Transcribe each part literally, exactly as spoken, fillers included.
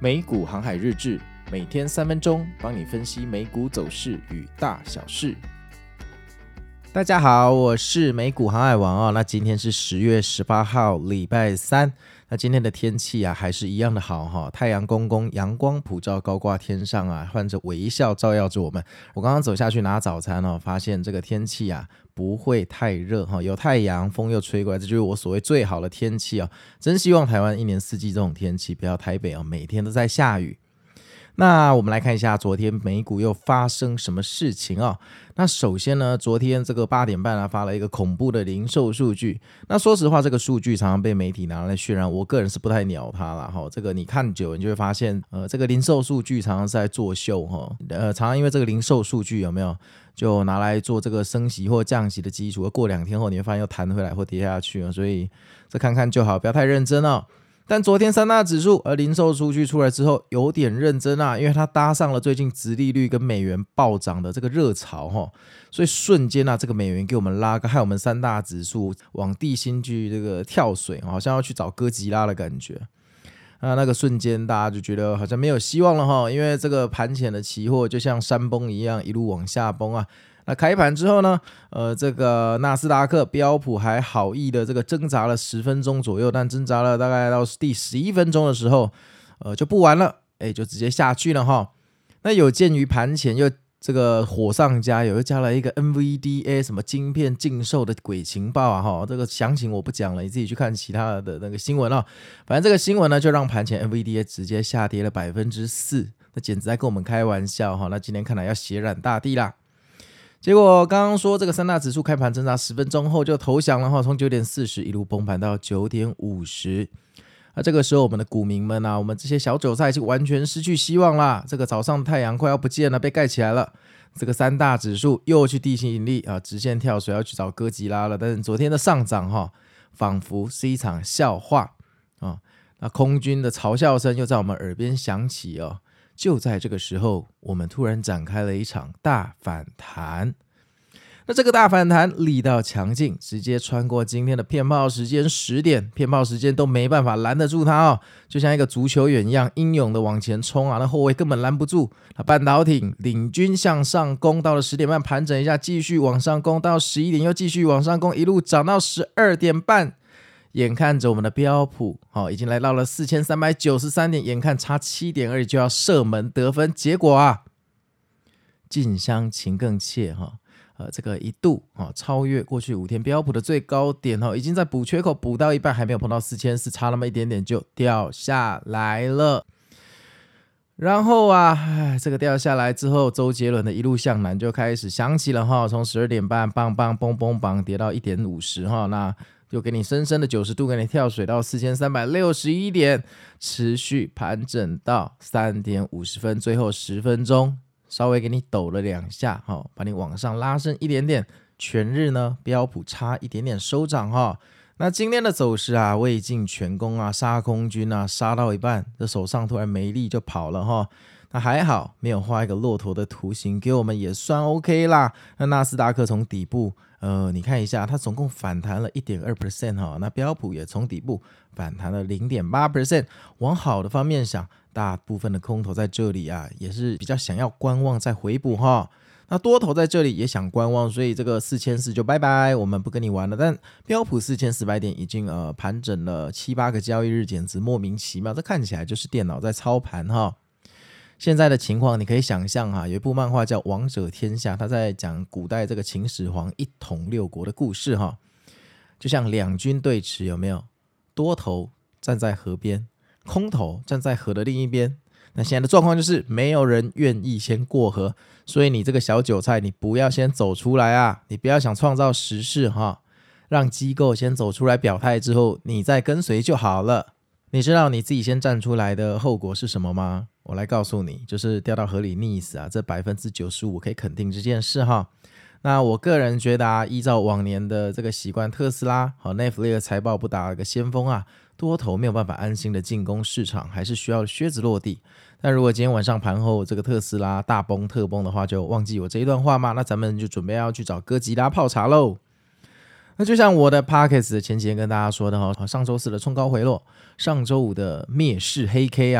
美股航海日志，每天三分钟，帮你分析美股走势与大小事。大家好，我是美股航海王哦。那今天是十月十八号，礼拜三。那今天的天气啊，还是一样的好哈、哦，太阳公公，阳光普照，高挂天上啊，换着微笑照耀着我们。我刚刚走下去拿早餐哦，发现这个天气啊不会太热哈、哦，有太阳，风又吹过来，这就是我所谓最好的天气哦。真希望台湾一年四季这种天气，不要台北哦每天都在下雨。那我们来看一下昨天美股又发生什么事情哦。那首先呢，昨天这个八点半啊发了一个恐怖的零售数据。那说实话，这个数据常常被媒体拿来渲染，我个人是不太鸟它啦哈。这个你看久，你就会发现，呃，这个零售数据常常是在作秀哈。呃，常常因为这个零售数据有没有就拿来做这个升息或降息的基础，过两天后你会发现又弹回来或跌下去，所以这看看就好，不要太认真哦。但昨天三大指数而零售数据出来之后有点认真啊，因为它搭上了最近殖利率跟美元暴涨的这个热潮齁，所以瞬间啊这个美元给我们拉个，害我们三大指数往地心去这个跳水，好像要去找哥吉拉的感觉。那那个瞬间大家就觉得好像没有希望了齁，因为这个盘前的期货就像山崩一样一路往下崩啊。那开盘之后呢，呃，这个纳斯达克、标普还好意的这个挣扎了十分钟左右，但挣扎了大概到第十一分钟的时候，呃，就不玩了，哎，就直接下去了哈。那有鉴于盘前又这个火上加油，又加了一个 N V D A 什么晶片禁售的鬼情报啊哈，这个详情我不讲了，你自己去看其他的那个新闻啊。反正这个新闻呢，就让盘前 N V D A 直接下跌了百分之四，那简直在跟我们开玩笑哈。那今天看来要血染大地啦。结果刚刚说这个三大指数开盘挣扎十分钟后就投降了哈，从九点四十一路崩盘到九点五十。那这个时候我们的股民们啊，我们这些小韭菜就完全失去希望啦。这个早上的太阳快要不见了，被盖起来了。这个三大指数又去地心引力啊，直线跳水要去找哥吉拉了。但是昨天的上涨哈，仿佛是一场笑话啊。那空军的嘲笑声又在我们耳边响起哦。就在这个时候，我们突然展开了一场大反弹。那这个大反弹力道强劲，直接穿过今天的骗炮时间十点，骗炮时间都没办法拦得住它哦，就像一个足球员一样英勇的往前冲啊，那后卫根本拦不住。那半导体领军向上攻，到了十点半盘整一下，继续往上攻，到十一点又继续往上攻，一路涨到十二点半。眼看着我们的标普、哦、已经来到了四千三百九十三点，眼看差七点而已就要射门得分，结果啊，近乡情更怯哈、哦呃，这个一度、哦、超越过去五天标普的最高点、哦、已经在补缺口补到一半，还没有碰到四千四，差那么一点点就掉下来了。然后啊，这个掉下来之后，周杰伦的一路向南就开始响起了哈，从十二点半棒棒蹦蹦棒跌到一点五十哈，那就给你深深的九十度给你跳水到四千三百六十一点，持续盘整到三点五十分，最后十分钟稍微给你抖了两下哈，把你往上拉升一点点。全日呢，标普差一点点收涨哈。那今天的走势啊，未尽全功啊，杀空军啊，杀到一半，这手上突然没力就跑了哈。那还好没有画一个骆驼的图形给我们，也算 OK 啦。那纳斯达克从底部呃，你看一下，它总共反弹了 百分之一点二 哈，那标普也从底部反弹了 百分之零点八。 往好的方面想，大部分的空头在这里啊，也是比较想要观望再回补哈。那多头在这里也想观望，所以这个四千四就拜拜，我们不跟你玩了。但标普四千四百点已经呃盘整了七八个交易日，简直莫名其妙，这看起来就是电脑在操盘哈。现在的情况你可以想象哈，有一部漫画叫《王者天下》，他在讲古代这个秦始皇一统六国的故事哈。就像两军对峙，有没有？多头站在河边，空头站在河的另一边。那现在的状况就是没有人愿意先过河，所以你这个小韭菜，你不要先走出来啊！你不要想创造时势哈，让机构先走出来表态之后，你再跟随就好了。你知道你自己先站出来的后果是什么吗？我来告诉你，就是掉到河里溺死啊！这 百分之九十五 可以肯定这件事哈。那我个人觉得啊，依照往年的这个习惯，特斯拉好 Netflix 财报不打个先锋啊，多头没有办法安心的进攻市场，还是需要靴子落地。但如果今天晚上盘后这个特斯拉大崩特崩的话，就忘记我这一段话嘛，那咱们就准备要去找哥吉拉泡茶喽。那就像我的 Podcast 前几天跟大家说的哈，上周四的冲高回落，上周五的灭市黑 K 啊，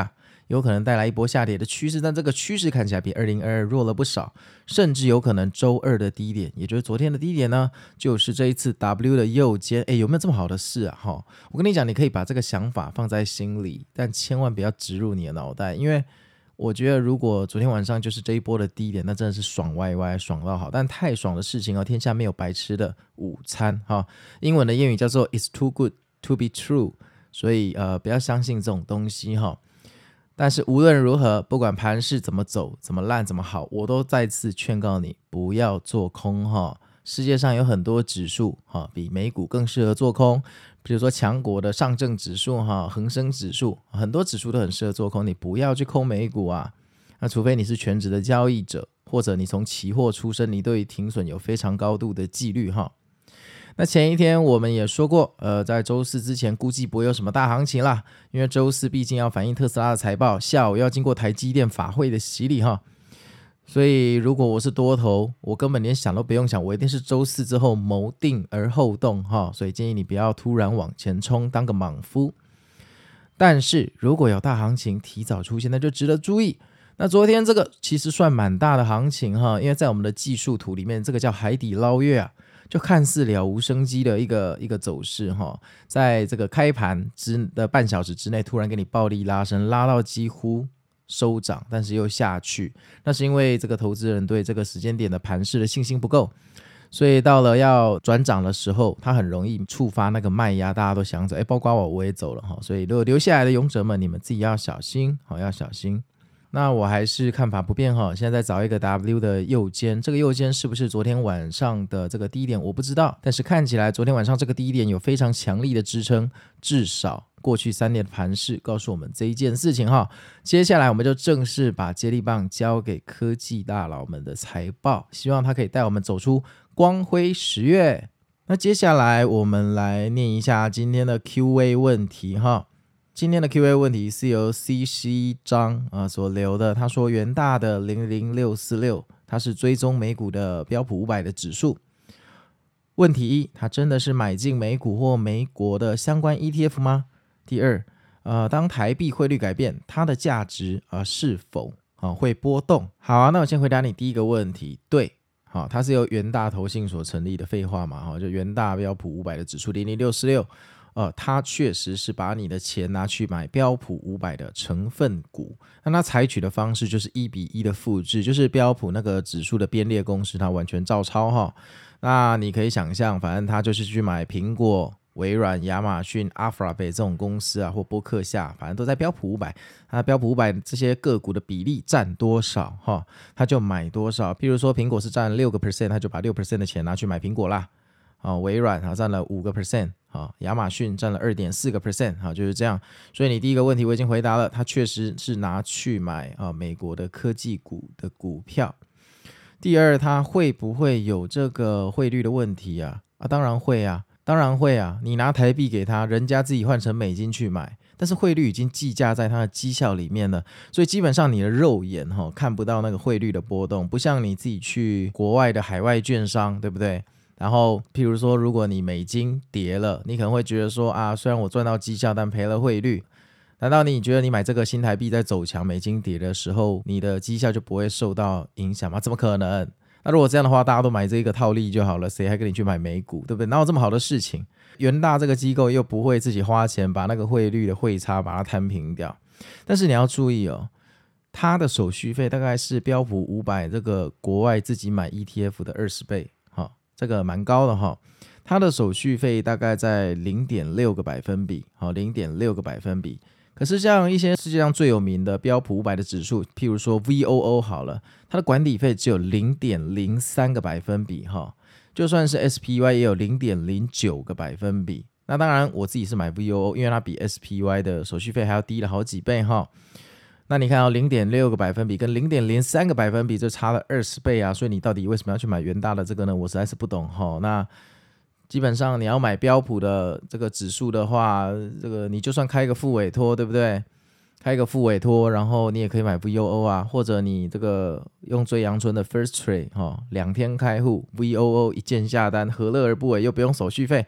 有可能带来一波下跌的趋势，但这个趋势看起来比二零二二弱了不少，甚至有可能周二的低点，也就是昨天的低点呢，就是这一次 W 的右肩。诶，有没有这么好的事啊？齁，我跟你讲，你可以把这个想法放在心里，但千万不要植入你的脑袋，因为我觉得如果昨天晚上就是这一波的低点，那真的是爽歪歪，爽到好。但太爽的事情哦，天下没有白吃的午餐哈。英文的谚语叫做 "It's too good to be true"， 所以呃不要相信这种东西哈。但是无论如何，不管盘势怎么走，怎么烂，怎么好，我都再次劝告你不要做空哈。世界上有很多指数哈，比美股更适合做空。比如说强国的上证指数哈，恒生指数，很多指数都很适合做空，你不要去空美股啊。那除非你是全职的交易者，或者你从期货出身，你对停损有非常高度的纪律哈。那前一天我们也说过，呃，在周四之前估计不会有什么大行情啦，因为周四毕竟要反映特斯拉的财报，下午要经过台积电法会的洗礼哈。所以如果我是多头，我根本连想都不用想，我一定是周四之后谋定而后动哈。所以建议你不要突然往前冲，当个莽夫。但是如果有大行情提早出现，那就值得注意。那昨天这个其实算蛮大的行情哈，因为在我们的技术图里面，这个叫海底捞月啊，就看似了无生机的一个一个走势哈，在这个开盘之的半小时之内，突然给你暴力拉升，拉到几乎收涨，但是又下去，那是因为这个投资人对这个时间点的盘势的信心不够，所以到了要转涨的时候，它很容易触发那个卖压，大家都想着，哎，包括我我也走了哈，所以如果留下来的勇者们，你们自己要小心，好，要小心。那我还是看法不变哈，现在在找一个 W 的右肩，这个右肩是不是昨天晚上的这个低点我不知道，但是看起来昨天晚上这个低点有非常强力的支撑，至少过去三年的盘势告诉我们这一件事情哈。接下来我们就正式把接力棒交给科技大佬们的财报，希望它可以带我们走出光辉十月。那接下来我们来念一下今天的 Q A 问题哈。今天的 Q A 问题是由 C C 张、呃、所留的，他说元大的零零六四六，它是追踪美股的标普五百的指数。问题一，他真的是买进美股或美国的相关 E T F 吗？第二，呃，当台币汇率改变，它的价值、呃、是否、呃、会波动？好啊，那我先回答你第一个问题，对，好，它是由元大投信所成立的，废话嘛，就元大标普五百的指数零零六四六。呃，它确实是把你的钱拿去买标普五百的成分股，那它采取的方式就是一比一的复制，就是标普那个指数的编列公式，它完全照抄哈。那你可以想象，反正它就是去买苹果、微软、亚马逊、Alphabet 这种公司啊，或波克夏，反正都在标普五百。它标普五百这些个股的比例占多少哈，它就买多少。譬如说苹果是占 百分之六， 它就把 百分之六 的钱拿去买苹果啦。哦、微软、啊、占了 百分之五、哦、亚马逊占了 百分之二点四、哦、就是这样。所以你第一个问题我已经回答了，它确实是拿去买、哦、美国的科技股的股票。第二，它会不会有这个汇率的问题啊？啊，当然会啊，当然会啊。你拿台币给他，人家自己换成美金去买，但是汇率已经计价在它的绩效里面了，所以基本上你的肉眼、哦、看不到那个汇率的波动，不像你自己去国外的海外券商，对不对？然后譬如说如果你美金跌了，你可能会觉得说啊，虽然我赚到绩效但赔了汇率，难道你觉得你买这个新台币在走强，美金跌的时候你的绩效就不会受到影响吗？怎么可能？那如果这样的话，大家都买这个套利就好了，谁还跟你去买美股，对不对？哪有这么好的事情？元大这个机构又不会自己花钱把那个汇率的汇差把它摊平掉。但是你要注意哦，它的手续费大概是标普五百这个国外自己买 E T F 的二十倍，这个蛮高的哈，它的手续费大概在 零点六 个百分比，好 零点六 个百分比。可是像一些世界上最有名的标普五百的指数，譬如说 V O O 好了，它的管理费只有 零点零三 个百分比哈，就算是 S P Y 也有 零点零九 个百分比。那当然我自己是买 V O O， 因为它比 S P Y 的手续费还要低了好几倍哈。那你看到、哦、零点六 个百分比跟 零点零三 个百分比就差了二十倍啊，所以你到底为什么要去买元大的这个呢？我实在是不懂齁。那基本上你要买标普的这个指数的话，这个你就算开一个副委托，对不对？开一个副委托，然后你也可以买 V O O 啊，或者你这个用最阳春的 First Trade 齁，两天开户 V O O 一键下单，何乐而不为，又不用手续费。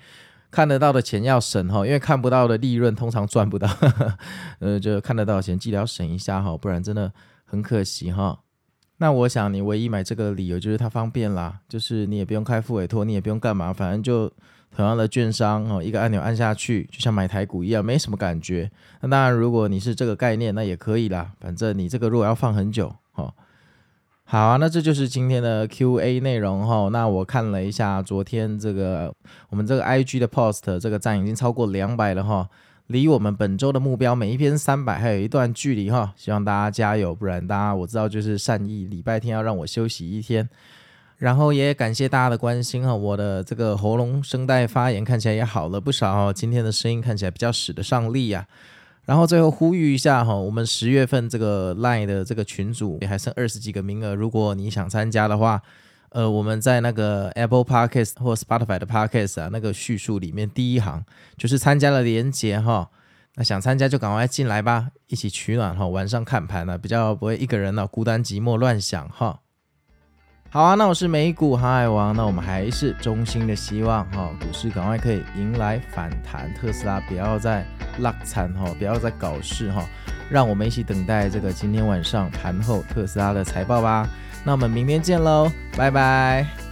看得到的钱要省哈，因为看不到的利润通常赚不到，呃，就看得到的钱记得要省一下哈，不然真的很可惜哈。那我想你唯一买这个的理由就是它方便啦，就是你也不用开副委托，你也不用干嘛，反正就同样的券商哦，一个按钮按下去，就像买台股一样，没什么感觉。那当然，如果你是这个概念，那也可以啦，反正你这个如果要放很久哦。好啊，那这就是今天的 Q A 内容哈。那我看了一下昨天这个我们这个 I G 的 post， 这个赞已经超过两百了哈。离我们本周的目标每一篇三百还有一段距离哈，希望大家加油，不然大家我知道就是善意，礼拜天要让我休息一天，然后也感谢大家的关心哈，我的这个喉咙声带发炎看起来也好了不少，今天的声音看起来比较使得上力啊。然后最后呼吁一下哈，我们十月份这个 Line 的这个群组也还剩二十几个名额，如果你想参加的话。呃，我们在那个 Apple Podcast 或 Spotify 的 Podcast 啊，那个叙述里面第一行就是参加的连结哈。那想参加就赶快进来吧，一起取暖哈，晚上看盘啊，比较不会一个人呢、啊、孤单寂寞乱想哈。好啊，那我是美股航海王，那我们还是衷心的希望哈，股市赶快可以迎来反弹，特斯拉不要再落惨哈，不要再搞事哈，让我们一起等待这个今天晚上盘后特斯拉的财报吧。那我们明天见喽，拜拜。